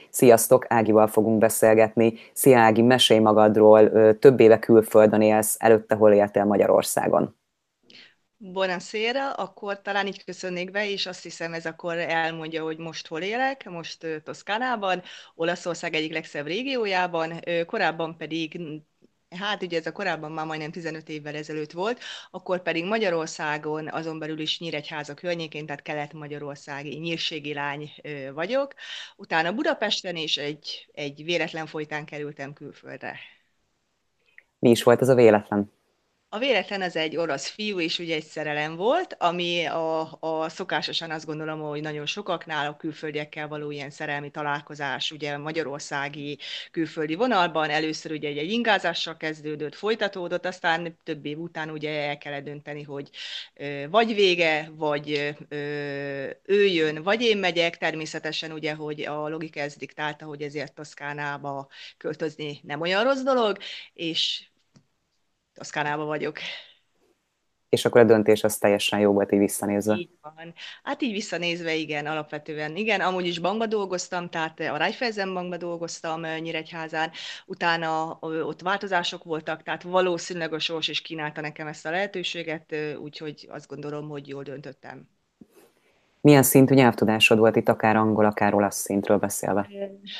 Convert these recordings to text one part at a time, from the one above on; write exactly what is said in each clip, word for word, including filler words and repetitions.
Sziasztok, Ágival fogunk beszélgetni. Szia Ági, mesélj magadról, több éve külföldön élsz, előtte hol éltél Magyarországon? Buonasera, akkor talán így köszönnék be, és azt hiszem ez akkor elmondja, hogy most hol élek, most ö, Toszkánában, Olaszország egyik legszebb régiójában, ö, korábban pedig, hát ugye ez a korábban már majdnem tizenöt évvel ezelőtt volt, akkor pedig Magyarországon, azon belül is Nyíregyháza környékén, tehát kelet-magyarországi nyírségi lány ö, vagyok. Utána Budapesten és egy, egy véletlen folytán kerültem külföldre. Mi is volt ez a véletlen? A véletlen az egy orosz fiú, és ugye egy szerelem volt, ami a, a szokásosan azt gondolom, hogy nagyon sokaknál a külföldiekkel való ilyen szerelmi találkozás, ugye magyarországi külföldi vonalban először ugye egy, egy ingázással kezdődött, folytatódott, aztán több év után ugye el kellett dönteni, hogy ö, vagy vége, vagy ö, ő jön, vagy én megyek, természetesen ugye, hogy a logika ez diktálta, hogy ezért Toszkánába költözni nem olyan rossz dolog, és Toszkánába vagyok. És akkor a döntés az teljesen jó volt így visszanézve. Így van. Hát így visszanézve, igen, alapvetően igen. Amúgy is bankba dolgoztam, tehát a Raiffeisen bankba dolgoztam ö, Nyíregyházán, utána ö, ott változások voltak, tehát valószínűleg a sors is kínálta nekem ezt a lehetőséget, ö, úgyhogy azt gondolom, hogy jól döntöttem. Milyen szintű nyelvtudásod volt itt, akár angol, akár olasz szintről beszélve?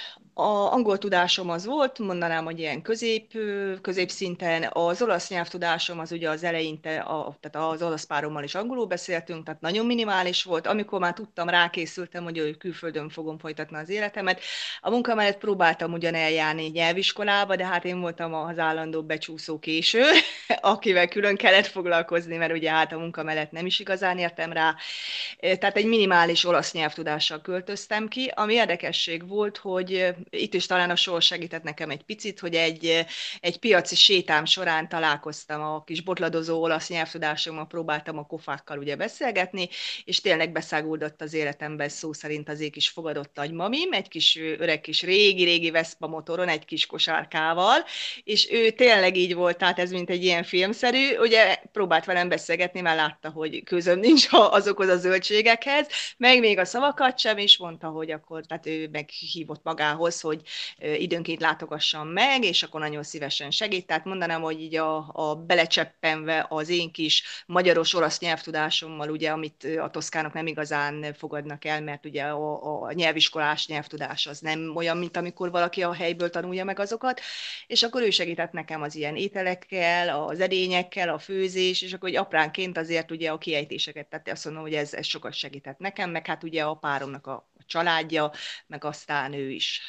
A angol tudásom az volt, mondanám, hogy ilyen közép, középszinten. Az olasz nyelvtudásom az ugye az eleinte, a, tehát az olasz párommal is angolul beszéltünk, tehát nagyon minimális volt. Amikor már tudtam, rákészültem, hogy külföldön fogom folytatni az életemet. A munka mellett próbáltam ugyan eljárni nyelviskolába, de hát én voltam az állandó becsúszó késő, akivel külön kellett foglalkozni, mert ugye hát a munka mellett nem is igazán értem rá. Tehát egy minimális olasz nyelvtudással költöztem ki. Ami érdekesség volt, hogy itt is talán a sor segített nekem egy picit, hogy egy, egy piaci sétám során találkoztam a kis botladozó olasz nyelvtudásommal, próbáltam a kofákkal ugye beszélgetni, és tényleg beszáguldott az életemben szó szerint az ég is fogadott nagymamim, egy kis öreg kis régi-régi Vespa motoron, egy kis kosárkával, és ő tényleg így volt, tehát ez mint egy ilyen filmszerű, ugye próbált velem beszélgetni, mert látta, hogy közöm nincs azokhoz a zöldségekhez, meg még a szavakat sem, és mondta, hogy akkor, tehát ő meghívott magához, hogy időnként látogassam meg, és akkor nagyon szívesen segít. Tehát mondanám, hogy így a, a belecseppenve az én kis magyaros-olasz nyelvtudásommal, ugye, amit a toszkánok nem igazán fogadnak el, mert ugye a, a nyelviskolás nyelvtudás az nem olyan, mint amikor valaki a helyből tanulja meg azokat, és akkor ő segített nekem az ilyen ételekkel, az edényekkel, a főzés, és akkor hogy apránként azért ugye a kiejtéseket, tehát azt mondom, hogy ez, ez sokat segített nekem, meg hát ugye a páromnak a, a családja, meg aztán ő is.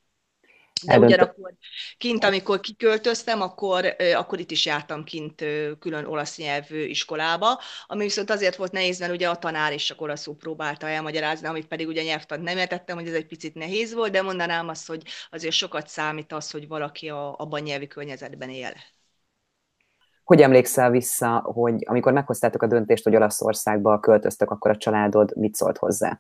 De Eldöntött. ugyanakkor kint, amikor kiköltöztem, akkor, ö, akkor itt is jártam kint ö, külön olasz nyelvű iskolába, ami viszont azért volt nehéz, mert ugye a tanár is csak olaszul próbálta elmagyarázni, amit pedig ugye nyelvtant nem értettem, hogy ez egy picit nehéz volt, de mondanám azt, hogy azért sokat számít az, hogy valaki a, abban nyelvi környezetben él. Hogy emlékszel vissza, hogy amikor meghoztátok a döntést, hogy Olaszországba költöztök, akkor a családod mit szólt hozzá?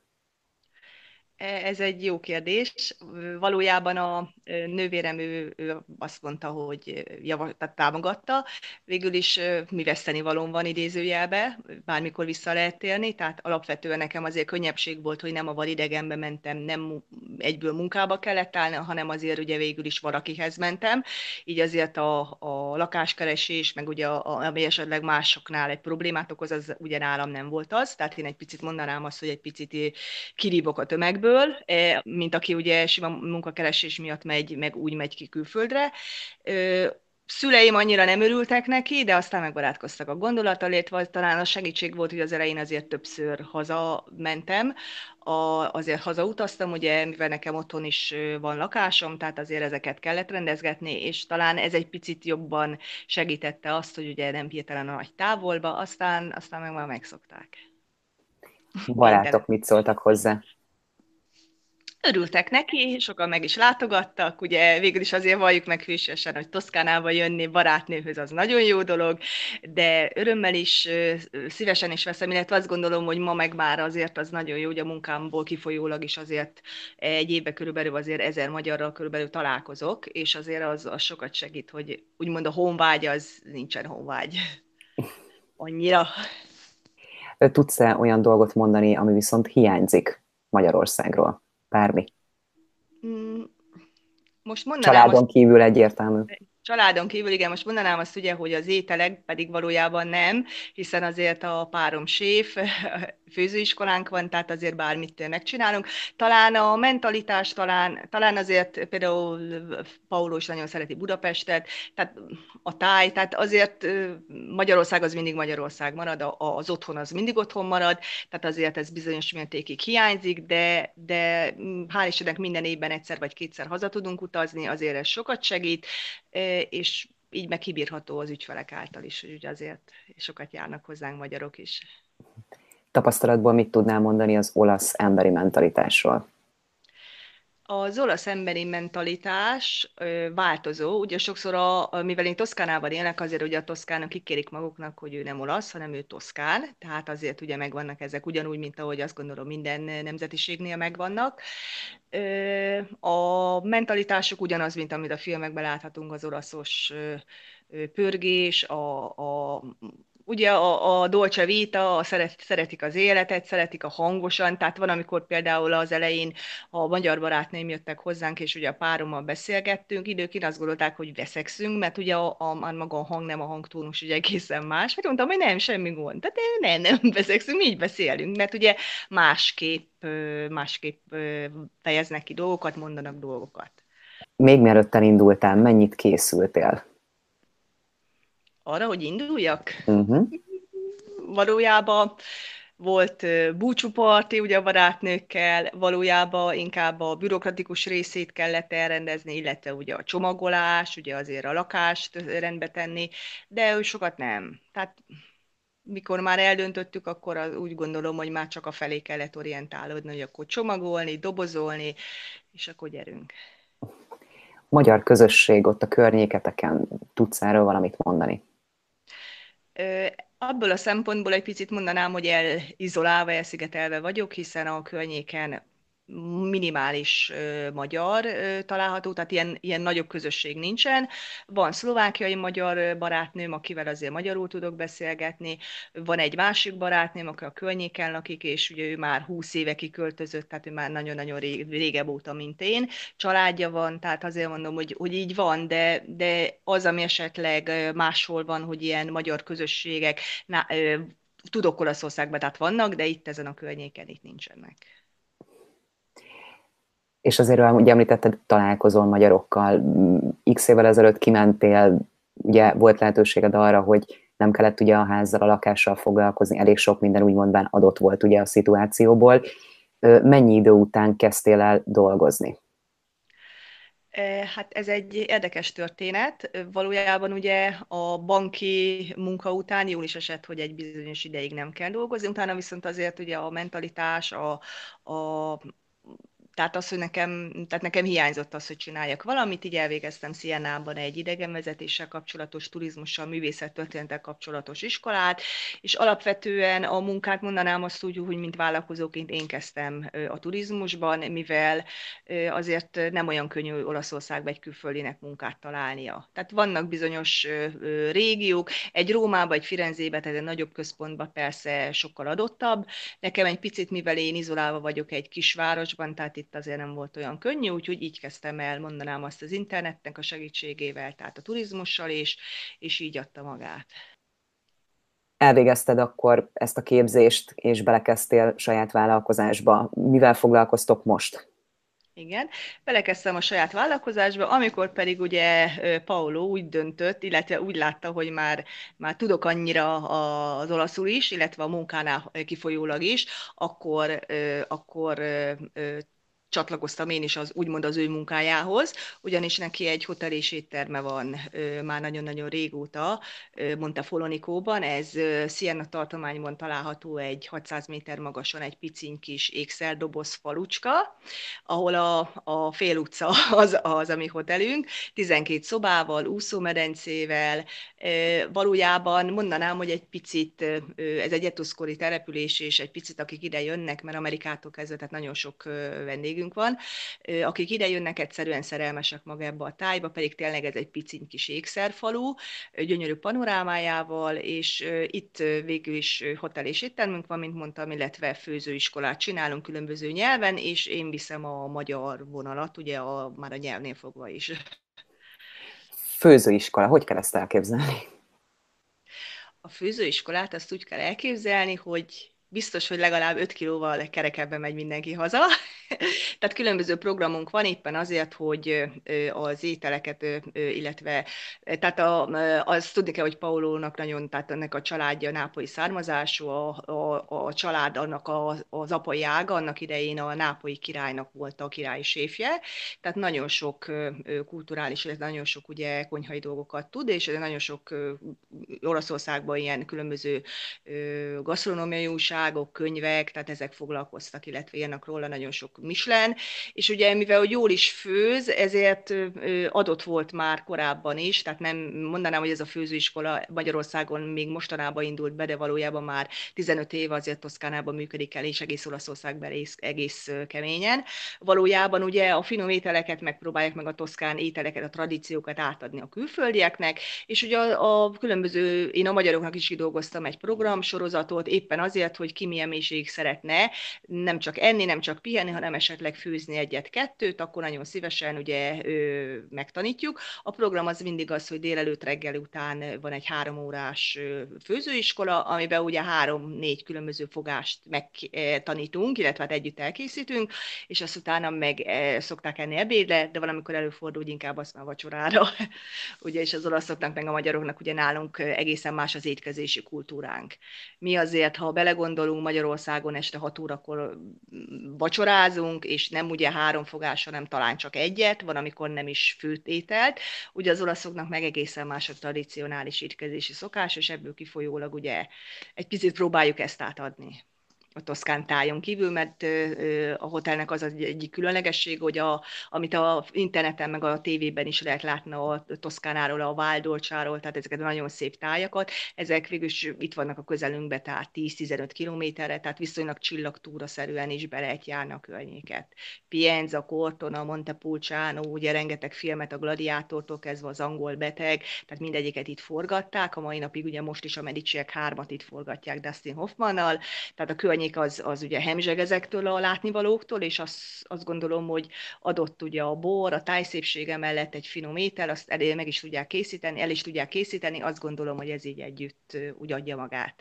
Ez egy jó kérdés. Valójában a nővérem ő, ő azt mondta, hogy java, tehát támogatta. Végül is mi vesztenivalóm van idézőjelbe, bármikor vissza lehet térni, tehát alapvetően nekem azért könnyebbség volt, hogy nem a vadidegenbe mentem, nem egyből munkába kellett állni, hanem azért ugye végül is valakihez mentem. Így azért a, a lakáskeresés, meg ugye a, ami esetleg másoknál egy problémát okoz, az ugye nálam nem volt az. Tehát én egy picit mondanám azt, hogy egy picit kirívok a tömegből, eh, mint aki ugye sima munkakeresés miatt megy, meg úgy megy ki külföldre. Szüleim annyira nem örültek neki, de aztán megbarátkoztak a gondolattal, illetve talán a segítség volt, hogy az elején azért többször hazamentem, a, azért hazautaztam, ugye, mivel nekem otthon is van lakásom, tehát azért ezeket kellett rendezgetni, és talán ez egy picit jobban segítette azt, hogy ugye nem hirtelen a nagy távolba, aztán, aztán meg már megszokták. Minden. Barátok mit szóltak hozzá? Örültek neki, sokan meg is látogattak, ugye végül is azért valljuk meg hűségesen, hogy Toszkánába jönni barátnőhöz az nagyon jó dolog, de örömmel is, szívesen is veszem, illetve azt gondolom, hogy ma meg már azért az nagyon jó, hogy a munkámból kifolyólag is azért egy évben körülbelül azért ezer magyarral körülbelül találkozok, és azért az, az sokat segít, hogy úgymond a honvágy az nincsen honvágy annyira. Tudsz-e olyan dolgot mondani, ami viszont hiányzik Magyarországról? Bármi. most mondanám azt, Családon kívül egyértelmű. családon kívül, igen, most mondanám azt ugye, hogy az ételek pedig valójában nem, hiszen azért a párom séf, főzőiskolánk van, tehát azért bármit megcsinálunk. Talán a mentalitás, talán, talán azért például Paulo is nagyon szereti Budapestet, tehát a táj, tehát azért Magyarország az mindig Magyarország marad, az otthon az mindig otthon marad, tehát azért ez bizonyos mértékig hiányzik, de, de hál' Istennek minden évben egyszer vagy kétszer haza tudunk utazni, azért ez sokat segít, és így meg kibírható az ügyfelek által is, hogy azért sokat járnak hozzánk magyarok is. Tapasztalatból mit tudnál mondani az olasz emberi mentalitásról? Az olasz emberi mentalitás ö, változó, ugye sokszor, a, mivel én Toszkánában élek, azért ugye a toszkánok kikérik maguknak, hogy ő nem olasz, hanem ő toszkán, tehát azért ugye megvannak ezek ugyanúgy, mint ahogy azt gondolom minden nemzetiségnél megvannak. Ö, a mentalitásuk ugyanaz, mint amit a filmekben láthatunk, az olaszos ö, ö, pörgés, a, a ugye a, a Dolce Vita, a szeret, szeretik az életet, szeretik a hangosan, tehát van, amikor például az elején a magyar barátnőim jöttek hozzánk, és ugye a párommal beszélgettünk, időként azt gondolták, hogy veszekszünk, mert ugye a, a, a maga a hang, nem a hangtónus ugye egészen más. Hát mondtam, hogy nem, semmi gond. Tehát nem, nem veszekszünk, mi így beszélünk, mert ugye másképp, másképp fejeznek ki dolgokat, mondanak dolgokat. Még mielőtt elindultál, mennyit készültél? Arra, hogy induljak? Uh-huh. Valójában volt búcsúparti ugye a barátnőkkel, valójában inkább a bürokratikus részét kellett elrendezni, illetve ugye a csomagolás, ugye azért a lakást rendbe tenni, de sokat nem. Tehát mikor már eldöntöttük, akkor az, úgy gondolom, hogy már csak a felé kellett orientálódni, hogy akkor csomagolni, dobozolni, és akkor gyerünk. Magyar közösség ott a környéketeken, tudsz erről valamit mondani? Abból a szempontból egy picit mondanám, hogy elizolálva, elszigetelve vagyok, hiszen a környéken minimális ö, magyar ö, található, tehát ilyen, ilyen nagyobb közösség nincsen. Van szlovákiai magyar barátnőm, akivel azért magyarul tudok beszélgetni, van egy másik barátnőm, aki a környéken lakik, és ugye ő már húsz éve kiköltözött, tehát ő már nagyon-nagyon rég, régebb óta, mint én. Családja van, tehát azért mondom, hogy, hogy így van, de, de az, ami esetleg máshol van, hogy ilyen magyar közösségek, na, ö, tudok Olaszországban, tehát vannak, de itt ezen a környéken itt nincsenek. És azért ugye említetted, találkozol magyarokkal. X évvel ezelőtt kimentél, ugye volt lehetőséged arra, hogy nem kellett ugye a házzal, a lakással foglalkozni, elég sok minden úgymondban adott volt ugye a szituációból. Mennyi idő után kezdtél el dolgozni? Hát ez egy érdekes történet. Valójában ugye a banki munka után jól is esett, hogy egy bizonyos ideig nem kell dolgozni, utána viszont azért ugye a mentalitás, a, a tehát az, hogy nekem, tehát nekem hiányzott az, hogy csináljak valamit, így elvégeztem Sienában egy idegenvezetéssel kapcsolatos, turizmussal, művészettörténettel kapcsolatos iskolát, és alapvetően a munkát mondanám azt úgy, hogy mint vállalkozóként én kezdtem a turizmusban, mivel azért nem olyan könnyű Olaszországban egy külföldinek munkát találnia. Tehát vannak bizonyos régiók, egy Rómába, egy Firenzébe, tehát egy nagyobb központban persze sokkal adottabb. Nekem egy picit, mivel én izolálva vagyok egy kisvárosban, tehát itt azért nem volt olyan könnyű, úgyhogy így kezdtem el, mondanám azt az internetnek a segítségével, tehát a turizmussal, és, és így adta magát. Elvégezted akkor ezt a képzést, és belekezdtél saját vállalkozásba. Mivel foglalkoztok most? Igen, belekezdtem a saját vállalkozásba, amikor pedig ugye Paulo úgy döntött, illetve úgy látta, hogy már, már tudok annyira az olaszul is, illetve a munkánál kifolyólag is, akkor, akkor csatlakoztam én is az, úgymond az ő munkájához, ugyanis neki egy hotel és étterme van ö, már nagyon-nagyon régóta, ö, Montefolonikóban, ez ö, Siena tartományban található egy hatszáz méter magasan egy piciny kis ékszerdoboz falucska, ahol a, a fél utca az, az a mi hotelünk, tizenkét szobával, úszómedencével, ö, valójában mondanám, hogy egy picit, ö, ez egy etuszkori település, és egy picit akik ide jönnek, mert Amerikától kezdve, tehát nagyon sok ö, vendégünk vendégünk van, akik ide jönnek, egyszerűen szerelmesek maga ebbe a tájba, pedig tényleg ez egy piciny kis ékszerfalu, gyönyörű panorámájával, és itt végül is hotel és éttermünk van, mint mondtam, illetve főzőiskolát csinálunk különböző nyelven, és én viszem a magyar vonalat, ugye a, már a nyelvnél fogva is. Főzőiskola, hogy kell ezt elképzelni? A főzőiskolát azt úgy kell elképzelni, hogy biztos, hogy legalább öt kilóval kerekebben megy mindenki haza. Tehát különböző programunk van éppen azért, hogy az ételeket, illetve tehát a, azt tudni kell, hogy Paolónak nagyon, tehát ennek a családja nápolyi származású, a, a, a család annak a, az apai ága, annak idején a nápolyi királynak volt a királyi séfje, tehát nagyon sok kulturális, illetve nagyon sok ugye konyhai dolgokat tud, és nagyon sok Olaszországban ilyen különböző gasztronómiai újságok, könyvek, tehát ezek foglalkoztak, illetve írnak róla nagyon sok Michelin, és ugye mivel hogy jól is főz, ezért adott volt már korábban is, tehát nem mondanám, hogy ez a főzőiskola Magyarországon még mostanában indult be, de valójában már tizenöt éve azért Toszkánában működik el, és egész Olaszországban egész, egész keményen. Valójában ugye a finom ételeket megpróbálják meg a toszkán ételeket, a tradíciókat átadni a külföldieknek, és ugye a, a különböző, én a magyaroknak is kidolgoztam egy programsorozatot, éppen azért, hogy ki milyen mélységig szeretne nem csak enni, nem csak pihenni, hanem esetleg főzni egyet-kettőt, akkor nagyon szívesen ugye ö, megtanítjuk. A program az mindig az, hogy délelőtt reggel után van egy három órás főzőiskola, amiben ugye három-négy különböző fogást megtanítunk, illetve hát együtt elkészítünk, és azt utána meg e, szokták enni ebédre, de valamikor előfordul, hogy inkább azt már vacsorára. Ugye, és az olaszoknak, meg a magyaroknak ugye nálunk egészen más az étkezési kultúránk. Mi azért, ha belegondolunk, Magyarországon este hat órakor vacsorázunk, és nem ugye három fogás, hanem talán csak egyet, van, amikor nem is főtételt. Ugye az olaszoknak meg egészen más a tradicionális étkezési szokás, és ebből kifolyólag ugye egy picit próbáljuk ezt átadni a toszkán tájon kívül, mert a hotelnek az egyik különlegesség, hogy a, amit a interneten meg a tévében is lehet látni a Toszkánáról, a Val Dolcsáról, tehát ezeket a nagyon szép tájakat, ezek végül is itt vannak a közelünkben, tehát tíz-tizenöt kilométerre, tehát viszonylag csillagtúraszerűen is be lehet járni a környéket. Pienza, Cortona, Montepulciano, ugye rengeteg filmet a Gladiátortól kezdve az Angol beteg, tehát mindegyiket itt forgatták, a mai napig ugye most is a Mediciek hármat itt forgatják Dustin Hoffmannal, tehát a környék az, az ugye hemzseg ezektől a látnivalóktól, és azt, azt gondolom, hogy adott ugye a bor, a tájszépsége mellett egy finom étel, azt elé meg is tudják készíteni, el is tudják készíteni, azt gondolom, hogy ez így együtt úgy adja magát.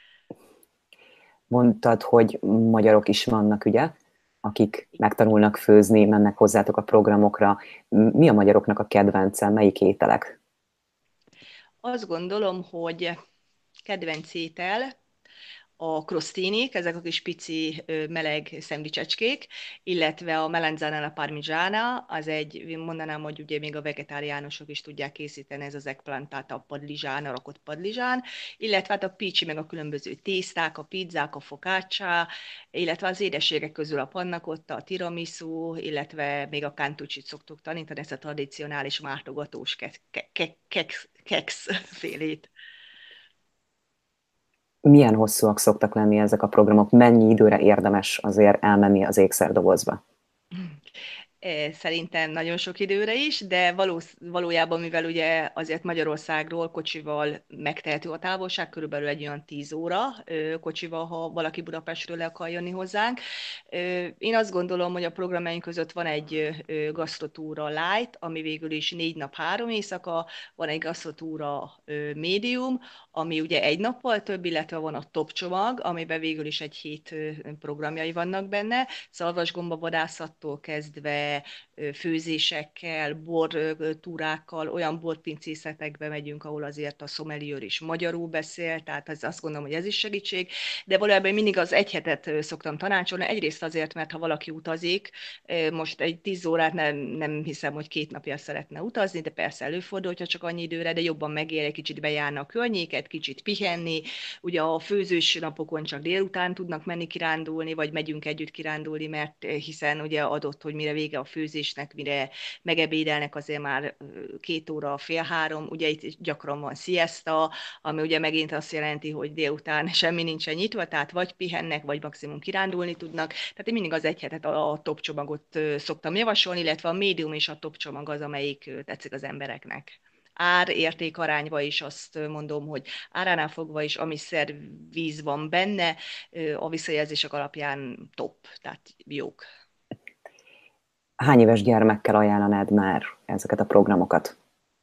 Mondtad, hogy magyarok is vannak, ugye, akik megtanulnak főzni, mennek hozzátok a programokra. Mi a magyaroknak a kedvence, melyik ételek? Azt gondolom, hogy kedvenc étel a crostínik, ezek a kis pici meleg szendvicsecskék, illetve a melanzana alla parmigiana, az egy, mondanám, hogy ugye még a vegetáriánusok is tudják készíteni, ez az eggplant, tehát a padlizsán, a rakott padlizsán, illetve hát a picsi, meg a különböző tészták, a pizzák, a focaccia, illetve az édességek közül a panna cotta, a tiramisu, illetve még a cantuccit szoktuk tanítani, ezt a tradicionális mártogatós keksz, keksz, keksz, keksz félét. Milyen hosszúak szoktak lenni ezek a programok? Mennyi időre érdemes azért elmenni az ékszerdobozba? Szerintem nagyon sok időre is, de valósz, valójában, mivel ugye azért Magyarországról kocsival megtehető a távolság, körülbelül egy olyan tíz óra kocsival, ha valaki Budapestről le akar jönni hozzánk. Én azt gondolom, hogy a programjaink között van egy gasztrotúra light, ami végül is négy nap, három éjszaka, van egy gasztrotúra médium, ami ugye egy nappal több, illetve van a top csomag, amiben végül is egy hét programjai vannak benne, szarvasgomba vadászattól kezdve főzésekkel, bortúrákkal, olyan borpincészetekbe megyünk, ahol azért a sommelier is magyarul beszél, tehát ez, azt gondolom, hogy ez is segítség, de valójában mindig az egy hetet szoktam tanácsolni, egyrészt azért, mert ha valaki utazik, most egy tíz órát nem, nem hiszem, hogy két napja szeretne utazni, de persze előfordul, hogyha csak annyi időre, de jobban megér, egy kicsit bejárna a környéket, kicsit pihenni, ugye a főzős napokon csak délután tudnak menni kirándulni, vagy megyünk együtt kirándulni, mert hiszen ugye adott, hogy mire vége a főzésnek, mire megebédelnek, azért már két óra, fél három, ugye itt gyakran van siesta, ami ugye megint azt jelenti, hogy délután semmi nincsen nyitva, tehát vagy pihennek, vagy maximum kirándulni tudnak. Tehát én mindig az egy hetet a, a top csomagot szoktam javasolni, illetve a médium és a top csomag az, amelyik tetszik az embereknek. Ár-érték arányba is azt mondom, hogy áránál fogva is, ami szervíz van benne, a visszajelzések alapján top, tehát jók. Hány éves gyermekkel ajánlanád már ezeket a programokat?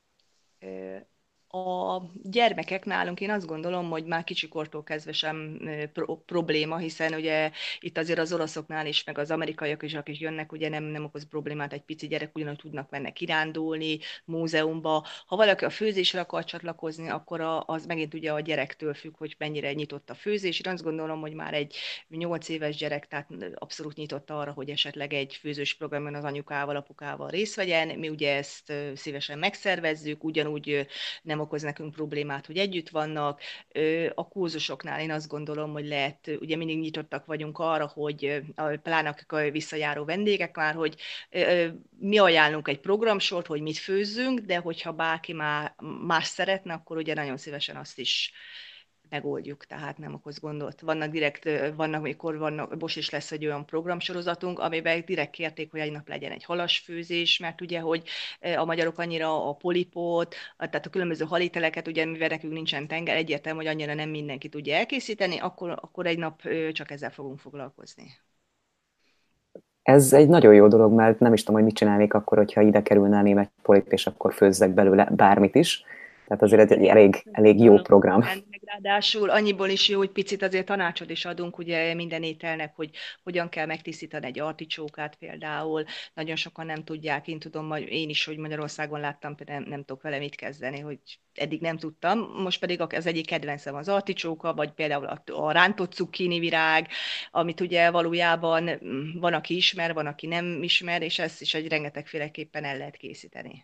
A gyermekek nálunk én azt gondolom, hogy már kicsikortól kezdve sem pro- probléma, hiszen ugye itt azért az oroszoknál is, meg az amerikaiak is, akik jönnek, ugye nem, nem okoz problémát, egy pici gyerek ugyanúgy tudnak menni kirándulni, múzeumba. Ha valaki a főzésre akar csatlakozni, akkor a, az megint ugye a gyerektől függ, hogy mennyire nyitott a főzés. Én azt gondolom, hogy már egy nyolc éves gyerek, tehát abszolút nyitott arra, hogy esetleg egy főzős programon az anyukával, apukával részt vegyen. Mi ugye ezt szívesen megszervezzük, ugyanúgy nem okoz nekünk problémát, hogy együtt vannak. A kurzusoknál én azt gondolom, hogy lehet, ugye mindig nyitottak vagyunk arra, hogy pláne a visszajáró vendégek már, hogy mi ajánlunk egy programsort, hogy mit főzzünk, de hogyha bárki más szeretne, akkor ugye nagyon szívesen azt is megoldjuk, tehát nem okoz gondot. Vannak direkt, vannak, amikor vannak, most is lesz egy olyan programsorozatunk, amiben direkt kérték, hogy egy nap legyen egy halasfőzés, mert ugye, hogy a magyarok annyira a polipot, tehát a különböző haliteleket, ugye mivel nekünk nincsen tenger, egyértelmű, hogy annyira nem mindenki tudja elkészíteni, akkor, akkor egy nap csak ezzel fogunk foglalkozni. Ez egy nagyon jó dolog, mert nem is tudom, hogy mit csinálnék akkor, hogyha ide kerülne a német polip, és akkor főzzek belőle bármit is. Tehát azért egy elég, elég jó program. Ráadásul annyiból is jó, hogy picit azért tanácsot is adunk ugye minden ételnek, hogy hogyan kell megtisztítani egy articsókát például. Nagyon sokan nem tudják, én tudom, én is, hogy Magyarországon láttam, például nem, nem tudok vele mit kezdeni, hogy eddig nem tudtam. Most pedig az egyik kedvencem az articsóka, vagy például a, a rántott cukkini virág, amit ugye valójában van, aki ismer, van, aki nem ismer, és ezt is egy rengetegféleképpen el lehet készíteni.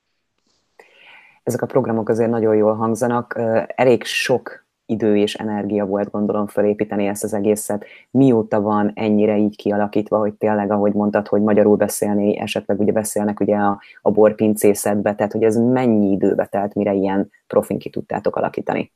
Ezek a programok azért nagyon jól hangzanak. Elég sok idő és energia volt, gondolom, felépíteni ezt az egészet. Mióta van ennyire így kialakítva, hogy tényleg, ahogy mondtad, hogy magyarul beszélni, esetleg ugye beszélnek ugye a, a borpincészetbe, tehát hogy ez mennyi időbe telt, mire ilyen profin ki tudtátok alakítani?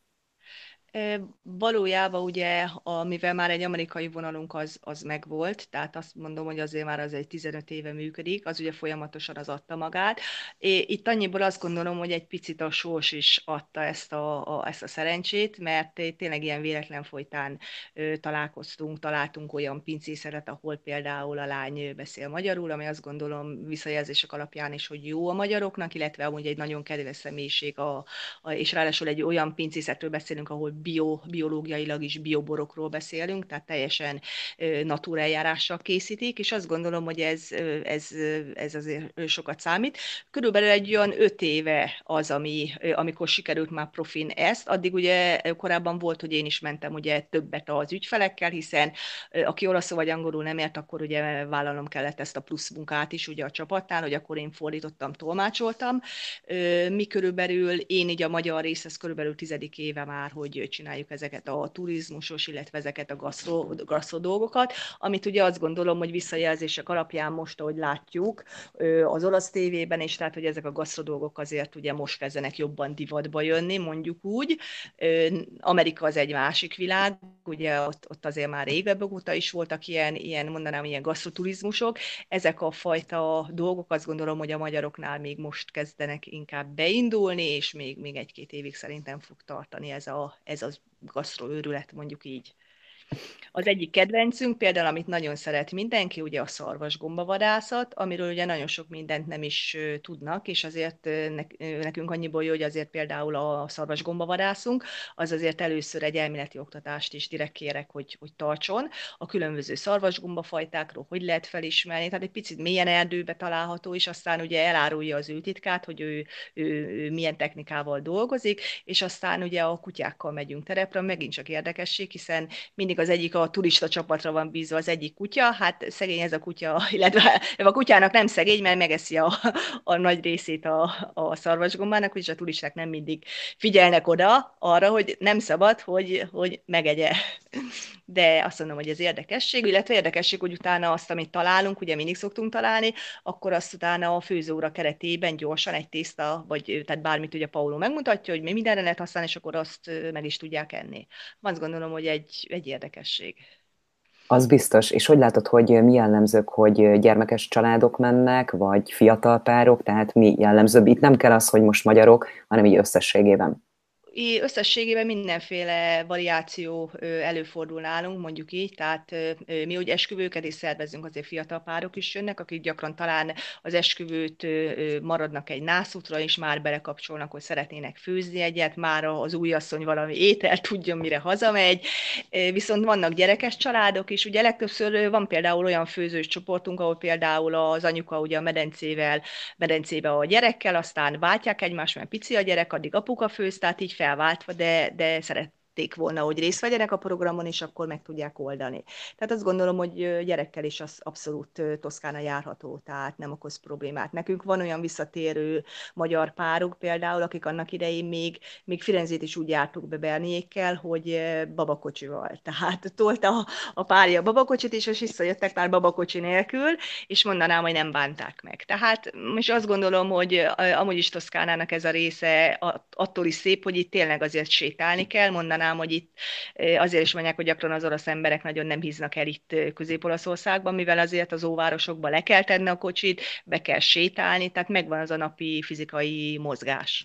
Valójában ugye, mivel már egy amerikai vonalunk az, az megvolt, tehát azt mondom, hogy azért már az egy tizenöt éve működik, az ugye folyamatosan az adta magát. Itt annyiból azt gondolom, hogy egy picit a sors is adta ezt a, a, ezt a szerencsét, mert tényleg ilyen véletlen folytán találkoztunk, találtunk olyan pincészetet, ahol például a lány beszél magyarul, ami azt gondolom visszajelzések alapján is, hogy jó a magyaroknak, illetve amúgy egy nagyon kedves személyiség, a, a, és ráadásul egy olyan pincészetről beszélünk, ahol bio, biológiailag is bioborokról beszélünk, tehát teljesen natúreljárással készítik, és azt gondolom, hogy ez, ez, ez azért sokat számít. Körülbelül egy olyan öt éve az, ami, amikor sikerült már profin ezt, addig ugye korábban volt, hogy én is mentem ugye többet az ügyfelekkel, hiszen aki olaszul vagy angolul nem ért, akkor ugye vállalnom kellett ezt a plusz munkát is ugye a csapatnál, hogy akkor én fordítottam, tolmácsoltam. Mi körülbelül, én így a magyar rész, ez körülbelül tizedik éve már, hogy csináljuk ezeket a turizmusos, illetve ezeket a gasztro, gasztro dolgokat, amit ugye azt gondolom, hogy visszajelzések alapján most, ahogy látjuk, az olasz tévében is, tehát, hogy ezek a gasztro dolgok azért ugye most kezdenek jobban divatba jönni, mondjuk úgy. Amerika az egy másik világ, ugye ott, ott azért már évek óta is voltak ilyen, ilyen, mondanám, ilyen gasztroturizmusok. Ezek a fajta dolgok azt gondolom, hogy a magyaroknál még most kezdenek inkább beindulni, és még, még egy-két évig szerintem fog tartani ez a, ez a gasztroőrület, mondjuk így. Az egyik kedvencünk például, amit nagyon szeret mindenki, ugye a szarvasgombavadászat, amiről ugye nagyon sok mindent nem is tudnak, és azért nekünk annyiból jó, hogy azért például a szarvasgombavadászunk, az azért először egy elméleti oktatást is direkt kérek, hogy, hogy tartson a különböző szarvasgombafajtákról, hogy lehet felismerni, tehát egy picit mélyen erdőbe található, és aztán ugye elárulja az ő titkát, hogy ő, ő, ő milyen technikával dolgozik, és aztán ugye a kutyákkal megyünk terepre, megint csak érdekesség, hiszen mindig az egyik a turista csapatra van bízva az egyik kutya, hát szegény ez a kutya, illetve a kutyának nem szegény, mert megeszi a, a nagy részét a, a szarvasgombának, és a turisták nem mindig figyelnek oda arra, hogy nem szabad, hogy, hogy megegye. De azt mondom, hogy ez érdekesség, illetve érdekesség, hogy utána azt, amit találunk, ugye mindig szoktunk találni, akkor azt utána a főzőóra keretében gyorsan egy tészta, vagy tehát bármit ugye Paulo megmutatja, hogy mi mindenre lehet használni, és akkor azt meg is tudják enni. Azt gondolom, hogy egy, egy érdekesség. Az biztos. És hogy látod, hogy mi jellemzők, hogy gyermekes családok mennek, vagy fiatal párok, tehát mi jellemző? Itt nem kell az, hogy most magyarok, hanem így összességében. Összességében mindenféle variáció előfordul nálunk, mondjuk így, tehát mi úgy esküvőket is szervezünk, azért fiatal párok is jönnek, akik gyakran talán az esküvőt maradnak egy nászútra, és már belekapcsolnak, hogy szeretnének főzni egyet, már az újasszony valami ételt tudjon, mire hazamegy. Viszont vannak gyerekes családok is, ugye legtöbbször van például olyan főzős csoportunk, ahol például az anyuka ugye a medencével, medencébe a gyerekkel, aztán váltják egymást, mert pici a gyerek, addig apuka főz, tehát így felváltva, de, de szerették volna, hogy részt vegyenek a programon, és akkor meg tudják oldani. Tehát azt gondolom, hogy gyerekkel is az abszolút Toszkána járható, tehát nem okoz problémát. Nekünk van olyan visszatérő magyar páruk például, akik annak idején még, még Firenzét is úgy jártuk be Berniékkel, hogy babakocsival. Tehát tolta a, a párja a babakocsit, és visszajöttek már babakocsi nélkül, és mondanám, hogy nem bánták meg. Tehát most azt gondolom, hogy amúgy is Toszkánának ez a része attól is szép, hogy itt tényleg azért sétálni kell. Mondanám, hogy itt azért is mondják, hogy gyakran az orosz emberek nagyon nem híznak el itt Közép-Olaszországban, mivel azért az óvárosokba le kell tenni a kocsit, be kell sétálni, tehát megvan az a napi fizikai mozgás.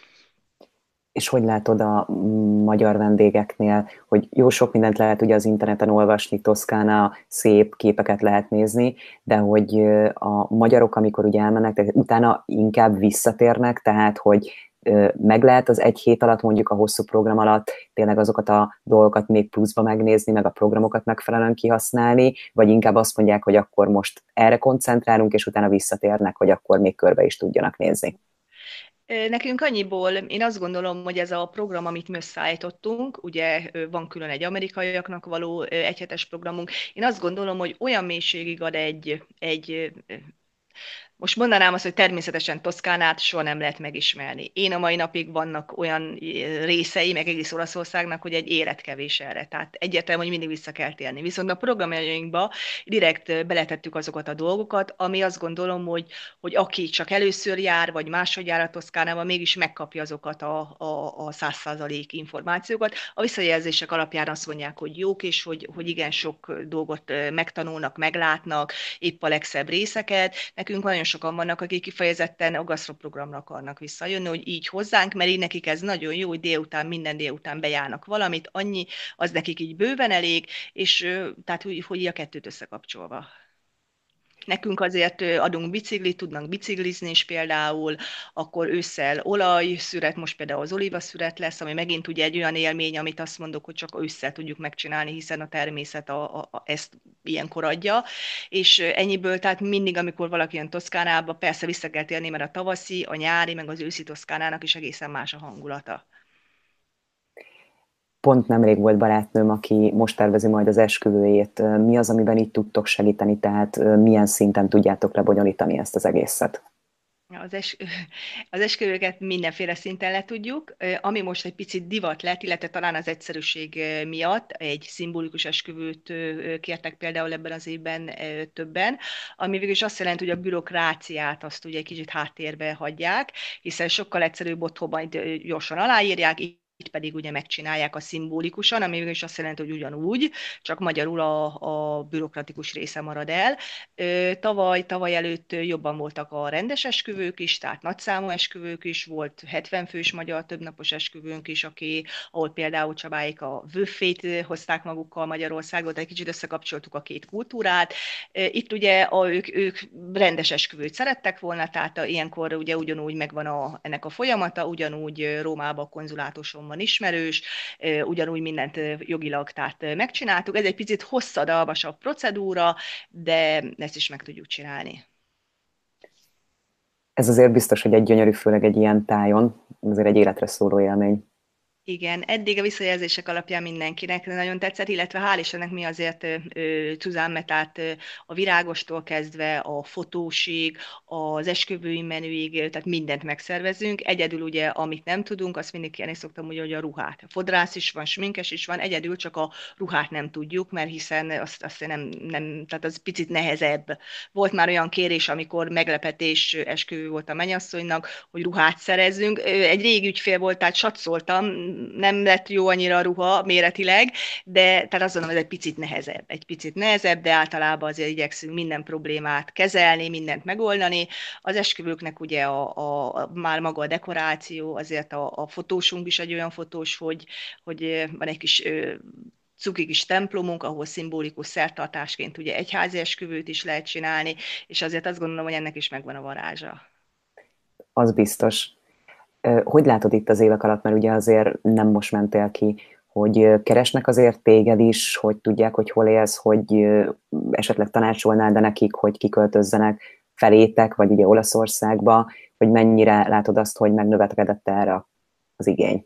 És hogy látod a magyar vendégeknél, hogy jó sok mindent lehet ugye az interneten olvasni, Toszkána, szép képeket lehet nézni, de hogy a magyarok, amikor ugye elmennek, tehát utána inkább visszatérnek, tehát hogy meg lehet az egy hét alatt, mondjuk a hosszú program alatt tényleg azokat a dolgokat még pluszba megnézni, meg a programokat megfelelően kihasználni, vagy inkább azt mondják, hogy akkor most erre koncentrálunk, és utána visszatérnek, hogy akkor még körbe is tudjanak nézni. Nekünk annyiból, én azt gondolom, hogy ez a program, amit mi összeállítottunk, ugye van külön egy amerikaiaknak való egyhetes programunk, én azt gondolom, hogy olyan mélységig ad egy, egy most mondanám azt, hogy természetesen Toszkánát soha nem lehet megismerni. Én a mai napig vannak olyan részei, meg egész Olaszországnak, hogy egy élet kevés erre. Tehát egyértelmű, hogy mindig vissza kell térni. Viszont a programjainkba direkt beletettük azokat a dolgokat, ami azt gondolom, hogy, hogy aki csak először jár, vagy máshogy jár a Toszkánában, mégis megkapja azokat a, a, a száz százalék információkat. A visszajelzések alapján azt mondják, hogy jók, és hogy, hogy igen sok dolgot megtanulnak, meglátnak, épp a legszebb részeket. Nekünk nagyon sokan vannak, akik kifejezetten a gasztroprogramra akarnak visszajönni, hogy így hozzánk, mert így nekik ez nagyon jó, hogy délután, minden délután bejárnak valamit, annyi, az nekik így bőven elég, és tehát, hogy, hogy a kettőt összekapcsolva. Nekünk azért adunk biciklit, tudnak biciklizni is például, akkor ősszel olajszüret, most például az olívaszüret lesz, ami megint ugye egy olyan élmény, amit azt mondok, hogy csak ősszel tudjuk megcsinálni, hiszen a természet a, a, a, ezt ilyenkor adja, és ennyiből, tehát mindig, amikor valaki jön Toszkánába, persze vissza kell térni, mert a tavaszi, a nyári, meg az őszi Toszkánának is egészen más a hangulata. Pont nemrég volt barátnőm, aki most tervezi majd az esküvőjét. Mi az, amiben itt tudtok segíteni, tehát milyen szinten tudjátok lebonyolítani ezt az egészet? Az, es, az esküvőket mindenféle szinten le tudjuk. Ami most egy picit divat lett, illetve talán az egyszerűség miatt egy szimbolikus esküvőt kértek például ebben az évben többen, ami végül is azt jelenti, hogy a bürokráciát azt ugye egy kicsit háttérbe hagyják, hiszen sokkal egyszerűbb otthon majd gyorsan aláírják, itt pedig ugye megcsinálják a szimbolikusan, ami is azt jelenti, hogy ugyanúgy, csak magyarul a, a bürokratikus része marad el. Tavaly, tavaly előtt jobban voltak a rendes esküvők is, tehát nagyszámú esküvők is, volt hetven fős magyar többnapos esküvőnk is, aki, ahol például Csabáik a vőfét hozták magukkal Magyarországot, de egy kicsit összekapcsoltuk a két kultúrát. Itt ugye a, ők, ők rendes esküvőt szerettek volna, tehát a, ilyenkor ugye ugyanúgy megvan a, ennek a folyamata, ugyanúgy Rómában a konzulátuson van ismerős, ugyanúgy mindent jogilag, tehát megcsináltuk. Ez egy picit hosszadalmasabb procedúra, de ezt is meg tudjuk csinálni. Ez azért biztos, hogy egy gyönyörű, főleg egy ilyen tájon, azért egy életre szóló élmény. Igen, eddig a visszajelzések alapján mindenkinek nagyon tetszett, illetve hál' Istennek mi azért Cuzánne, tehát ö, a virágostól kezdve a fotósig, az esküvői menüig, ö, tehát mindent megszervezünk. Egyedül ugye, amit nem tudunk, azt mindig kérni szoktam, ugye, hogy a ruhát. Fodrász is van, sminkes is van, egyedül csak a ruhát nem tudjuk, mert hiszen azt, azt nem, nem, tehát az picit nehezebb. Volt már olyan kérés, amikor meglepetés esküvő volt a mennyasszonynak, hogy ruhát szerezzünk. Ö, Egy régi ügyfél volt, tehát satszoltam, nem lett jó annyira a ruha méretileg, de tehát azt mondom, ez egy picit nehezebb. Egy picit nehezebb, de általában azért igyekszünk minden problémát kezelni, mindent megoldani. Az esküvőknek ugye a, a, a már maga a dekoráció, azért a, a fotósunk is egy olyan fotós, hogy, hogy van egy kis ö, cuki kis templomunk, ahol szimbolikus szertartásként ugye egyházi esküvőt is lehet csinálni, és azért azt gondolom, hogy ennek is megvan a varázsa. Az biztos. Hogy látod itt az évek alatt, mert ugye azért nem most mentél ki, hogy keresnek azért téged is, hogy tudják, hogy hol élsz, hogy esetleg tanácsolnál de nekik, hogy kiköltözzenek felétek, vagy ugye Olaszországba, hogy mennyire látod azt, hogy megnövekedett erre az igény?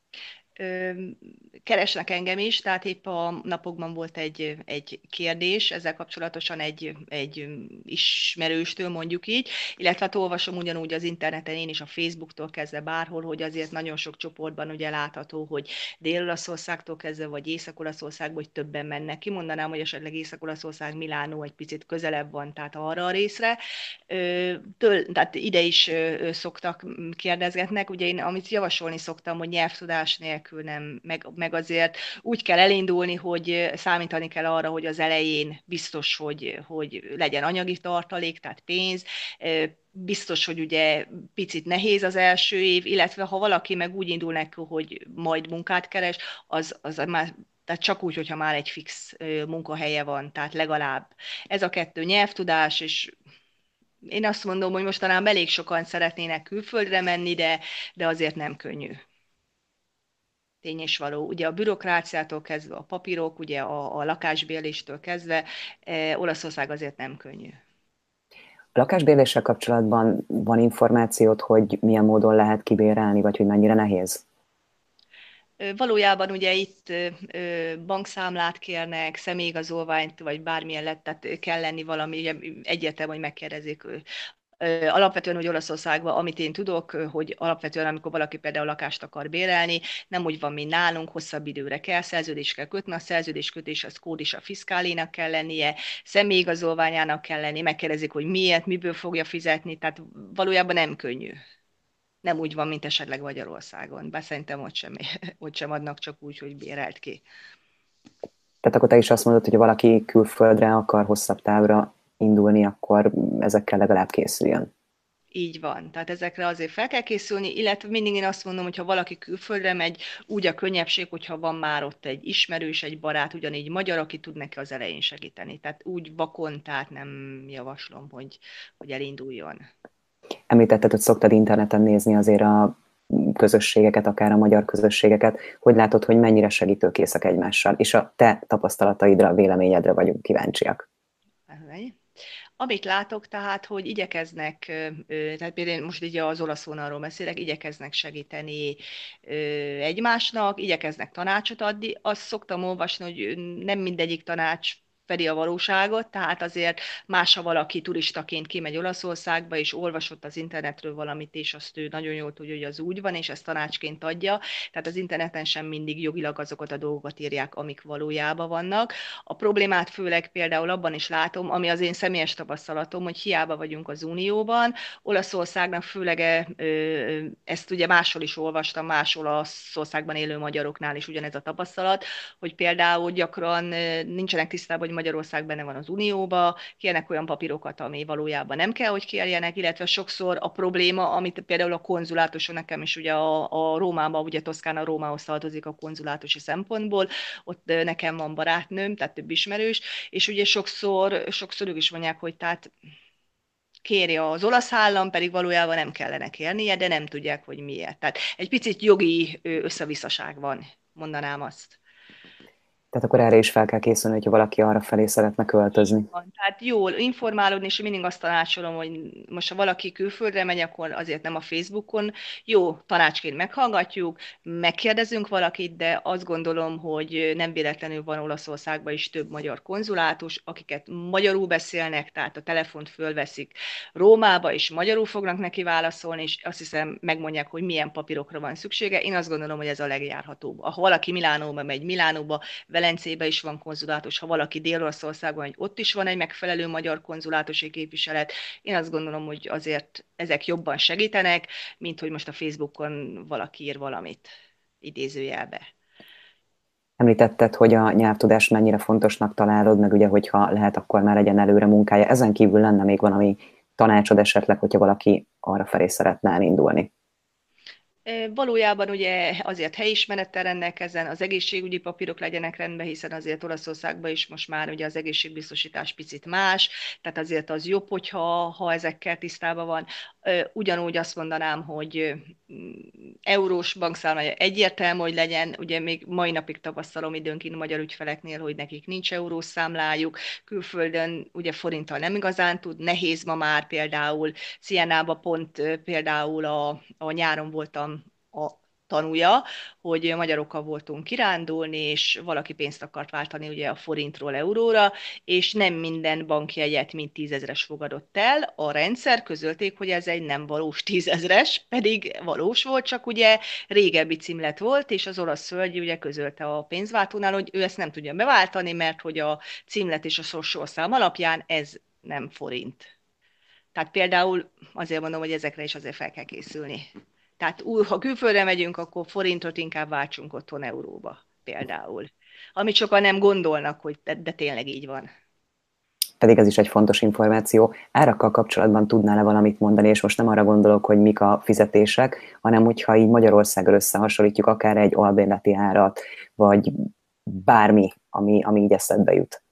Ö, Keresnek engem is, tehát épp a napokban volt egy, egy kérdés ezzel kapcsolatosan egy, egy ismerőstől, mondjuk így, illetve hát olvasom ugyanúgy az interneten én is a Facebooktól kezdve bárhol, hogy azért nagyon sok csoportban ugye látható, hogy Dél-Olaszországtól kezdve, vagy Észak-Olaszországba, hogy többen mennek ki. Mondanám, hogy esetleg Észak-Olaszország, Milánó egy picit közelebb van, tehát arra a részre. Ö, Től, tehát ide is ö, szoktak, kérdezgetnek. Ugye én amit javasolni szoktam, hogy nyelvtudás nélkül nem, meg, meg azért úgy kell elindulni, hogy számítani kell arra, hogy az elején biztos, hogy, hogy legyen anyagi tartalék, tehát pénz, biztos, hogy ugye picit nehéz az első év, illetve ha valaki meg úgy indul neki, hogy majd munkát keres, az, az már tehát csak úgy, hogyha már egy fix munkahelye van, tehát legalább ez a kettő nyelvtudás, és én azt mondom, hogy mostanában elég sokan szeretnének külföldre menni, de, de azért nem könnyű. Tény és való. Ugye a bürokráciától kezdve a papírok, ugye a, a lakásbérléstől kezdve, e, Olaszország azért nem könnyű. A lakásbérléssel kapcsolatban van információt, hogy milyen módon lehet kibérelni, vagy hogy mennyire nehéz? Valójában ugye itt bankszámlát kérnek, személyigazolványt, vagy bármilyen lett, tehát kell lenni valami, ugye egyértelmű, hogy megkérdezik alapvetően, hogy Olaszországban, amit én tudok, hogy alapvetően, amikor valaki például lakást akar bérelni, nem úgy van, mint nálunk, hosszabb időre kell, szerződést kell kötni, a szerződéskötés az kód is a fiskálénak kell lennie, személyigazolványának kell lenni, megkérdezik, hogy miért, miből fogja fizetni, tehát valójában nem könnyű. Nem úgy van, mint esetleg Magyarországon, bár szerintem ott sem, ott sem adnak csak úgy, hogy bérelt ki. Tehát akkor te is azt mondod, hogy ha valaki külföldre akar hosszabb távra indulni, akkor ezekkel legalább készüljön. Így van. Tehát ezekre azért fel kell készülni, illetve mindig én azt mondom, hogy ha valaki külföldre megy, úgy a könnyebbség, hogyha van már ott egy ismerős, egy barát, ugyanígy magyar, aki tud neki az elején segíteni. Tehát úgy vakon, tehát nem javaslom, hogy, hogy elinduljon. Említetted, hogy szoktad interneten nézni azért a közösségeket, akár a magyar közösségeket. Hogy látod, hogy mennyire segítőkészek egymással? És a te tapasztalataidra, véleményedre vagyunk kíváncsiak. Amit látok, tehát, hogy igyekeznek, tehát például most így az olasz vonalról beszélek, igyekeznek segíteni egymásnak, igyekeznek tanácsot adni. Azt szoktam olvasni, hogy nem mindegyik tanács fedi a valóságot, tehát azért más, ha valaki turistaként kimegy Olaszországba, és olvasott az internetről valamit, és azt ő nagyon jól tudja, hogy az úgy van, és ezt tanácsként adja. Tehát az interneten sem mindig jogilag azokat a dolgokat írják, amik valójában vannak. A problémát főleg például abban is látom, ami az én személyes tapasztalatom, hogy hiába vagyunk az Unióban, Olaszországnak főleg ezt ugye máshol is olvastam, más Olaszországban élő magyaroknál is ugyanez a tapasztalat, hogy például gyakran nincsenek tisztában, hogy Magyarország benne van az Unióba, kérnek olyan papírokat, ami valójában nem kell, hogy kérjenek, illetve sokszor a probléma, amit például a konzulátuson, nekem is ugye a, a Rómában, ugye Toszkána Rómához tartozik a konzulátusi szempontból, ott nekem van barátnőm, tehát több ismerős, és ugye sokszor, sokszor ők is mondják, hogy tehát kéri az olasz állam, pedig valójában nem kellene kérnie, de nem tudják, hogy miért. Tehát egy picit jogi összevisszaság van, mondanám azt. Tehát akkor erre is fel kell készülni, hogyha valaki arra felé szeretne Így költözni. van. Tehát jól informálódni, és mindig azt tanácsolom, hogy most ha valaki külföldre megy, akkor azért nem a Facebookon. Jó, tanácsként meghallgatjuk, megkérdezünk valakit, de azt gondolom, hogy nem véletlenül van Olaszországban is több magyar konzulátus, akiket magyarul beszélnek, tehát a telefont fölveszik Rómába, és magyarul fognak neki válaszolni, és azt hiszem megmondják, hogy milyen papírokra van szüksége. Én azt gondolom, hogy ez a legjárhatóbb. Ha valaki Milánóba megy, Milánóba, Velencébe is van konzulátus, ha valaki Dél-Olaszországban, hogy ott is van egy megfelelő magyar konzulátusi képviselet. Én azt gondolom, hogy azért ezek jobban segítenek, mint hogy most a Facebookon valaki ír valamit idézőjelbe. Említetted, hogy a nyelvtudást mennyire fontosnak találod, meg ugye, hogyha lehet, akkor már legyen előre munkája. Ezen kívül lenne még valami tanácsod esetleg, hogyha valaki arra felé szeretne elindulni? Valójában ugye azért helyismerettel rendelkezzen, az egészségügyi papírok legyenek rendben, hiszen azért Olaszországban is most már ugye az egészségbiztosítás picit más, tehát azért az jobb, hogyha ha ezekkel tisztában van. Ugyanúgy azt mondanám, hogy eurós bankszámlája egyértelmű, hogy legyen, ugye még mai napig tapasztalom időnként magyar ügyfeleknél, hogy nekik nincs eurós számlájuk, külföldön ugye forinttal nem igazán tud, nehéz ma már például, Szienában pont például a, a nyáron voltam a tanúja, hogy magyarokkal voltunk kirándulni, és valaki pénzt akart váltani ugye a forintról euróra, és nem minden bankjegyet, mint tízezres fogadott el. A rendszer közölték, hogy ez egy nem valós tízezres, pedig valós volt, csak ugye régebbi címlet volt, és az olasz hölgy ugye közölte a pénzváltónál, hogy ő ezt nem tudja beváltani, mert hogy a címlet és a sorszám alapján ez nem forint. Tehát például azért mondom, hogy ezekre is azért fel kell készülni. Tehát új, ha külföldre megyünk, akkor forintot inkább váltsunk otthon euróba például. Amit sokan nem gondolnak, hogy de, de tényleg így van. Pedig ez is egy fontos információ. Árakkal kapcsolatban tudnál-e valamit mondani, és most nem arra gondolok, hogy mik a fizetések, hanem hogyha így Magyarországgal összehasonlítjuk akár egy albérleti árat, vagy bármi, ami, ami így eszedbe jut.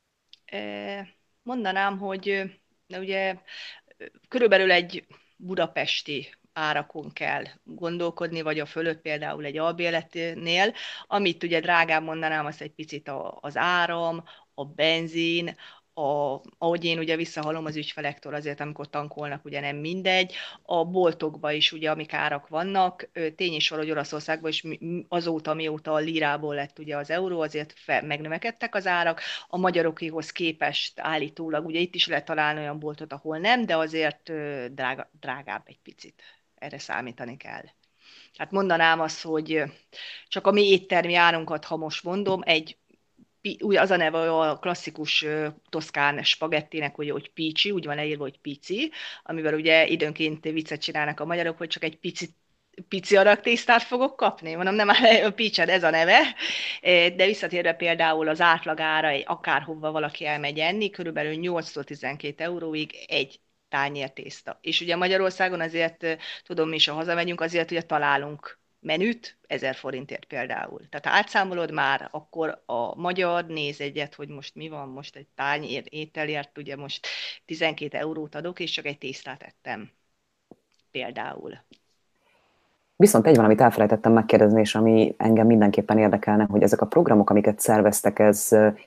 Mondanám, hogy de ugye körülbelül egy budapesti árakon kell gondolkodni, vagy a fölött például egy albérletnél, amit ugye drágább mondanám, az egy picit az áram, a benzin, a, ahogy én ugye visszahallom az ügyfelektől azért, amikor tankolnak, ugye nem mindegy, a boltokban is ugye, amik árak vannak, tény is van, hogy Olaszországban is azóta, mióta a lirából lett ugye az euró, azért fel, megnövekedtek az árak, a magyarokéhoz képest állítólag, ugye itt is lehet találni olyan boltot, ahol nem, de azért drága, drágább egy picit. Erre számítani kell. Hát mondanám azt, hogy csak a mi éttermi árunkat, ha most mondom, egy ugye az a neve a klasszikus toszkán spagettinek, hogy, hogy pícsi, úgy van leírva, hogy pici, amivel ugye időnként viccet csinálnak a magyarok, hogy csak egy picit pici adag tésztát fogok kapni. Mondom, nem áll a picsed, ez a neve. De visszatérve például az átlagára, akárhova valaki elmegy enni, körülbelül nyolctól tizenkét euróig egy tányér tészta. És ugye Magyarországon azért, tudom, mi is, ha hazamegyünk, azért ugye találunk menüt, ezer forintért például. Tehát ha átszámolod már, akkor a magyar néz egyet, hogy most mi van, most egy tányér ételért, ugye most tizenkét eurót adok, és csak egy tésztát ettem például. Viszont egy valamit elfelejtettem megkérdezni, és ami engem mindenképpen érdekelne, hogy ezek a programok, amiket szerveztek, ez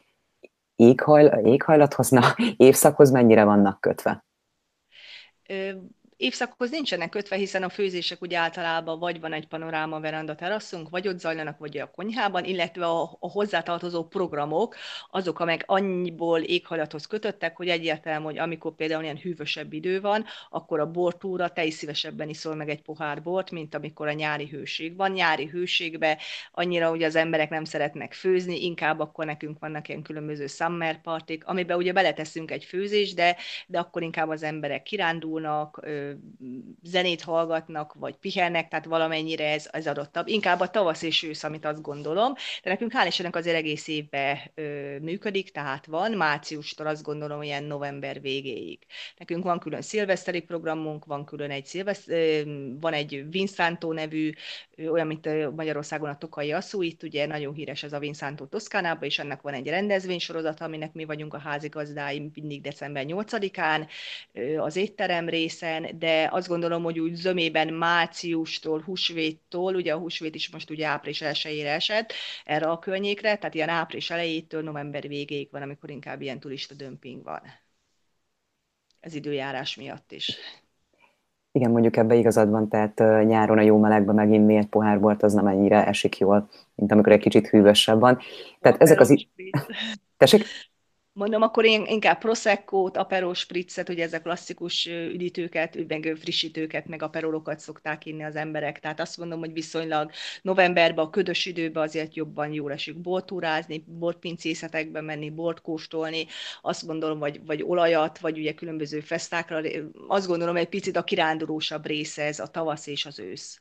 éghajl, éghajlathoz, na, évszakhoz mennyire vannak kötve? Ö, évszakhoz nincsenek kötve, hiszen a főzések ugye általában vagy van egy panoráma veranda teraszunk, vagy ott zajlanak, vagy a konyhában, illetve a, a hozzátartozó programok, azok, amelyek annyiból éghajlathoz kötöttek, hogy egyértelmű, hogy amikor például ilyen hűvösebb idő van, akkor a bortúra, te is szívesebben iszol meg egy pohár bort, mint amikor a nyári hőség van. Nyári hőségben annyira ugye az emberek nem szeretnek főzni, inkább akkor nekünk vannak ilyen különböző summer partik, amiben ugye beleteszünk egy főzést, de, de akkor inkább az emberek kirándulnak, zenét hallgatnak, vagy pihennek, tehát valamennyire ez, ez adottabb. Inkább a tavasz és ősz, amit azt gondolom, de nekünk hál' Istennek azért egész évben ö, működik, tehát van, márciustól azt gondolom, ilyen november végéig. Nekünk van külön szilveszteri programunk, van külön egy szilveszt, ö, van egy Vinsanto nevű, ö, olyan, mint Magyarországon a Tokai Asszú, itt ugye nagyon híres ez a Vinsanto Toszkánában, és ennek van egy rendezvénysorozata, aminek mi vagyunk a házigazdái mindig december nyolcadikán, ö, az étterem részen, de azt gondolom, hogy úgy zömében márciustól, húsvéttól, ugye a húsvét is most ugye április elsejére esett erre a környékre, tehát ilyen április elejétől november végéig van, amikor inkább ilyen turista dömping van. Az időjárás miatt is. Igen, mondjuk ebbe igazad van, tehát nyáron a jó melegbe meginni egy pohár bort, az nem ennyire esik jól, mint amikor egy kicsit hűvösebb van. Tehát ezek az... I- Tessék? Mondom, akkor én inkább Prosecco-t, Aperol Spritzet, ugye ezek klasszikus üdítőket, meg frissítőket, meg aperolokat szokták inni az emberek. Tehát azt mondom, hogy viszonylag novemberben, a ködös időben azért jobban jól esik bortúrázni, bortpincészetekbe menni, bort kóstolni. Azt gondolom, vagy, vagy olajat, vagy ugye különböző fesztákra. Azt gondolom, egy picit a kirándulósabb része ez a tavasz és az ősz.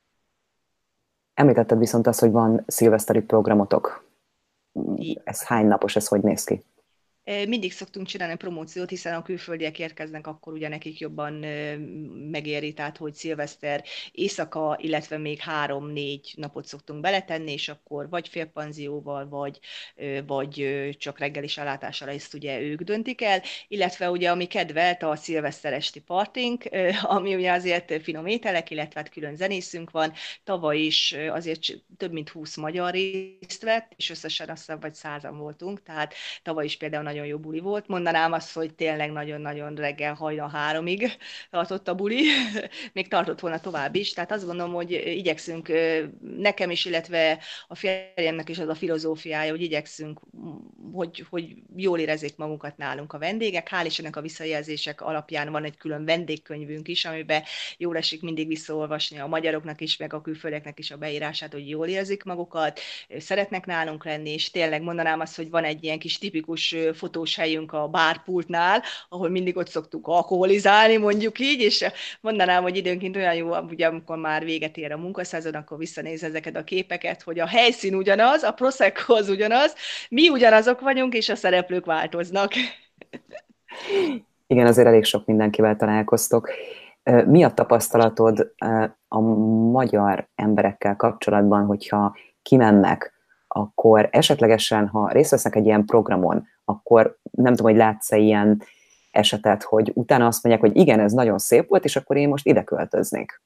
Említetted viszont azt, hogy van szilveszteri programotok. Így. Ez hány napos, ez hogy néz ki? Mindig szoktunk csinálni promóciót, hiszen a külföldiek érkeznek, akkor ugye nekik jobban megéri, tehát hogy szilveszter éjszaka, illetve még három-négy napot szoktunk beletenni, és akkor vagy félpanzióval, vagy, vagy csak reggelis ellátással ezt ugye ők döntik el, illetve ugye ami kedvelt a szilveszter esti partink, ami ugye azért finom ételek, illetve hát külön zenészünk van. Tavaly is azért több mint húsz magyar részt vett, és összesen azt hiszem, vagy százan voltunk, tehát tavaly is például nagyon jó buli volt. Mondanám azt, hogy tényleg nagyon-nagyon reggel hajnal háromig tartott a buli, még tartott volna tovább is. Tehát azt gondolom, hogy igyekszünk nekem is, illetve a férjemnek is az a filozófiája, hogy igyekszünk, hogy, hogy jól érezzék magukat nálunk a vendégek. Hál' Istennek a visszajelzések alapján van egy külön vendégkönyvünk is, amiben jól esik mindig visszaolvasni a magyaroknak is, meg a külföldieknek is a beírását, hogy jól érzik magukat, szeretnek nálunk lenni, és tényleg mondanám azt, hogy van egy ilyen kis tipikus fotós helyünk a bárpultnál, ahol mindig ott szoktuk alkoholizálni, mondjuk így, és mondanám, hogy időnként olyan jó, ugye, amikor már véget ér a munkaszezon, akkor visszanéz ezeket a képeket, hogy a helyszín ugyanaz, a Prosecco az ugyanaz, mi ugyanazok vagyunk, és a szereplők változnak. Igen, azért elég sok mindenkivel találkoztok. Mi a tapasztalatod a magyar emberekkel kapcsolatban, hogyha kimennek, akkor esetlegesen, ha részt vesznek egy ilyen programon, akkor nem tudom, hogy látsz-e ilyen esetet, hogy utána azt mondják, hogy igen, ez nagyon szép volt, és akkor én most ide költöznék.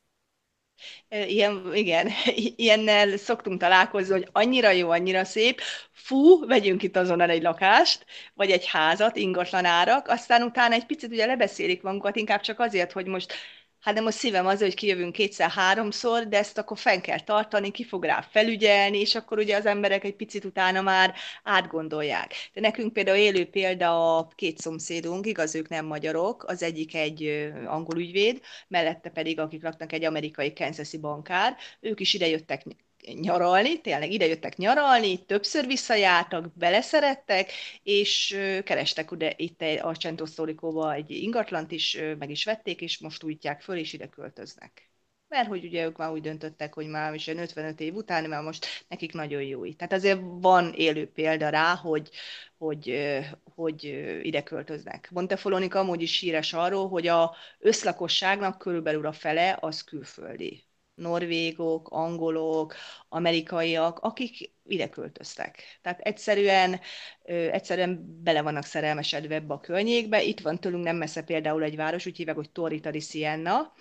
Ilyen, igen, ilyennel szoktunk találkozni, hogy annyira jó, annyira szép, fú, vegyünk itt azonnal egy lakást, vagy egy házat, ingatlan árak, aztán utána egy picit ugye lebeszélik magukat, inkább csak azért, hogy most, hát nem most szívem az, hogy kijövünk kétszer-háromszor, de ezt akkor fenn kell tartani, ki fog rá felügyelni, és akkor ugye az emberek egy picit utána már átgondolják. De nekünk például élő példa a két szomszédunk, igaz, ők nem magyarok, az egyik egy angol ügyvéd, mellette pedig, akik laknak, egy amerikai kansasi bankár, ők is idejöttek nyaralni, tényleg idejöttek nyaralni, többször visszajártak, beleszerettek, és kerestek ugye itt a Centro Storico-ba egy ingatlant is, meg is vették, és most újtják föl, és ide költöznek. Mert hogy ugye ők már úgy döntöttek, hogy már is ötvenöt év után, mert most nekik nagyon jó itt. Tehát azért van élő példa rá, hogy, hogy, hogy ide költöznek. Montefolonika amúgy is híres arról, hogy a összlakosságnak körülbelül a fele az külföldi. Norvégok, angolok, amerikaiak, akik ide költöztek. Tehát egyszerűen, egyszerűen bele vannak szerelmesedve ebbe a környékbe. Itt van tőlünk nem messze például egy város, úgy hívják, hogy Torrita di Siena,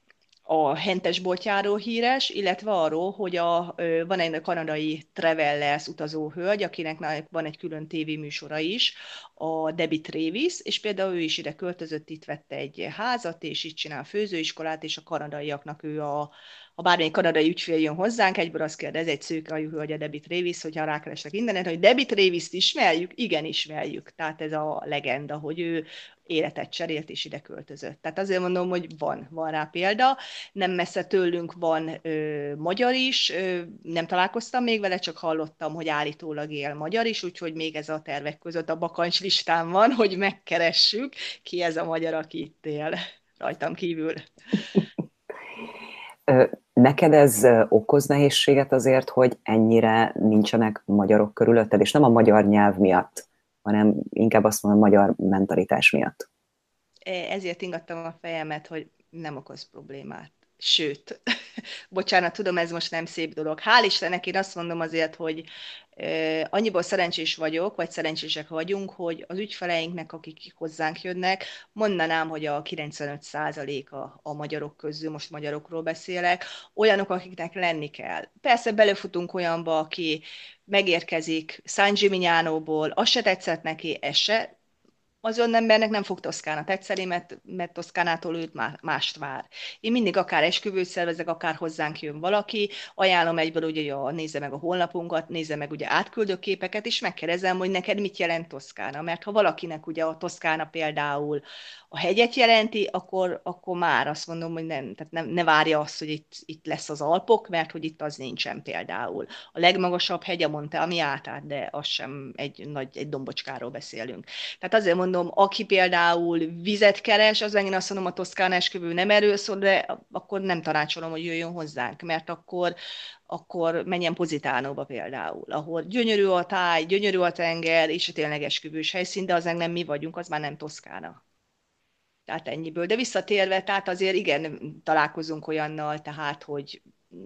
a hentes boltjáról híres, illetve arról, hogy a, van egy kanadai Travellers utazó hölgy, akinek van egy külön tévéműsora is, a Debbie Travis, és például ő is ide költözött, itt vette egy házat, és itt csinál főzőiskolát, és a kanadaiaknak ő a, ha bármilyen kanadai ügyfél jön hozzánk, egyből azt kérdez egy szőkehajú hölgy, a Debbie Travis, hogyha rákerestek internet, hogy Debbie Travis-t ismerjük? Igen, ismerjük. Tehát ez a legenda, hogy ő életet cserélt és ide költözött. Tehát azért mondom, hogy van, van rá példa. Nem messze tőlünk van ö, magyar is, ö, nem találkoztam még vele, csak hallottam, hogy állítólag él magyar is, úgyhogy még ez a tervek között a bakancs listán van, hogy megkeressük, ki ez a magyar, aki itt él rajtam kívül. Neked ez okoz nehézséget azért, hogy ennyire nincsenek magyarok körülötted, és nem a magyar nyelv miatt, hanem inkább azt mondom, a magyar mentalitás miatt? Ezért ingattam a fejemet, hogy nem okoz problémát. sőt, bocsánat, tudom, ez most nem szép dolog. Hál' Istennek én azt mondom azért, hogy eh, annyiból szerencsés vagyok, vagy szerencsések vagyunk, hogy az ügyfeleinknek, akik hozzánk jönnek, mondanám, hogy a kilencvenöt százalék a, a magyarok közül, most magyarokról beszélek, olyanok, akiknek lenni kell. Persze belefutunk olyanba, aki megérkezik San Gimignánóból, az se tetszett neki, ez se, az ön embernek nem fog Toszkána tetszeni, mert, mert Toszkánától őt mást vár. Én mindig akár esküvőt szervezek, akár hozzánk jön valaki, ajánlom egyből, ugye, hogy nézze meg a honlapunkat, nézze meg ugye átküldő képeket, és megkérdezem, hogy neked mit jelent Toszkána. Mert ha valakinek ugye a Toszkána például a hegyet jelenti, akkor, akkor már azt mondom, hogy nem, tehát nem, ne várja azt, hogy itt, itt lesz az Alpok, mert hogy itt az nincsen például. A legmagasabb hegy a Monte Amiata, de az sem egy nagy egy dombocskáról beszélünk. Tehát azért mondom, aki például vizet keres, az megint azt mondom, a toszkán esküvő nem erről szól, de akkor nem tanácsolom, hogy jöjjön hozzánk, mert akkor, akkor menjen Pozitánóba például, ahol gyönyörű a táj, gyönyörű a tenger, és tényleg esküvős helyszín, de az meg nem mi vagyunk, az már nem Toszkána. Tehát ennyiből. De visszatérve, tehát azért igen, találkozunk olyannal, tehát, hogy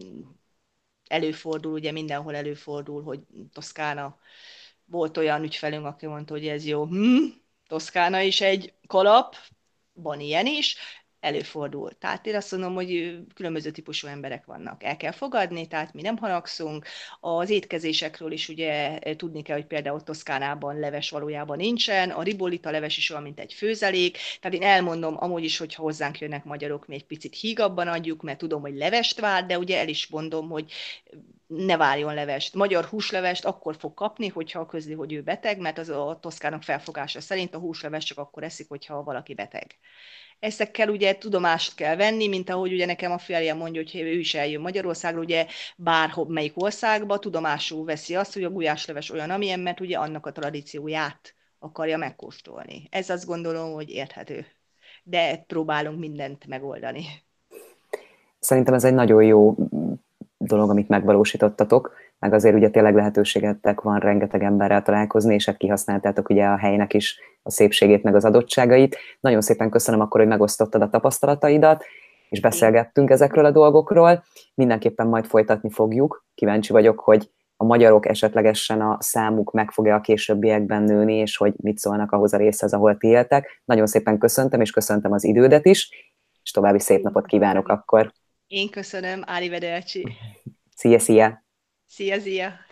előfordul, ugye mindenhol előfordul, hogy Toszkána. Volt olyan ügyfelünk, aki mondta, hogy ez jó. Hm, Toszkána is egy kalap, van ilyen is, előfordul. Tehát én azt mondom, hogy különböző típusú emberek vannak. El kell fogadni, tehát mi nem haragszunk. Az étkezésekről is ugye tudni kell, hogy például Toszkánában leves valójában nincsen, a ribollita leves is olyan, mint egy főzelék. Tehát én elmondom amúgy is, hogy ha hozzánk jönnek magyarok, mi egy picit hígabban adjuk, mert tudom, hogy levest vár, de ugye el is mondom, hogy ne várjon levest. Magyar húslevest akkor fog kapni, hogyha közli, hogy ő beteg, mert az a toszkánok felfogása szerint a húslevest csak akkor eszik, hogyha valaki beteg. Ezekkel ugye tudomást kell venni, mint ahogy ugye nekem a férjem mondja, hogy ő is eljön Magyarországra, ugye bárhol melyik országba, tudomásul veszi azt, hogy a gulyásleves olyan, amilyen, mert ugye annak a tradícióját akarja megkóstolni. Ez azt gondolom, hogy érthető. De próbálunk mindent megoldani. Szerintem ez egy nagyon jó dolog, amit megvalósítottatok, meg azért ugye tényleg lehetőségetek van rengeteg emberrel találkozni, és hát kihasználtátok ugye a helynek is a szépségét, meg az adottságait. Nagyon szépen köszönöm akkor, hogy megosztottad a tapasztalataidat, és beszélgettünk ezekről a dolgokról. Mindenképpen majd folytatni fogjuk. Kíváncsi vagyok, hogy a magyarok esetlegesen a számuk meg fogja a későbbiekben nőni, és hogy mit szólnak ahhoz a részhez, ahol ti éltek. Nagyon szépen köszöntem, és köszöntem az idődet is, és további szép napot kívánok akkor. Én köszönöm, arrivederci. Szia, szia! Szia, szia!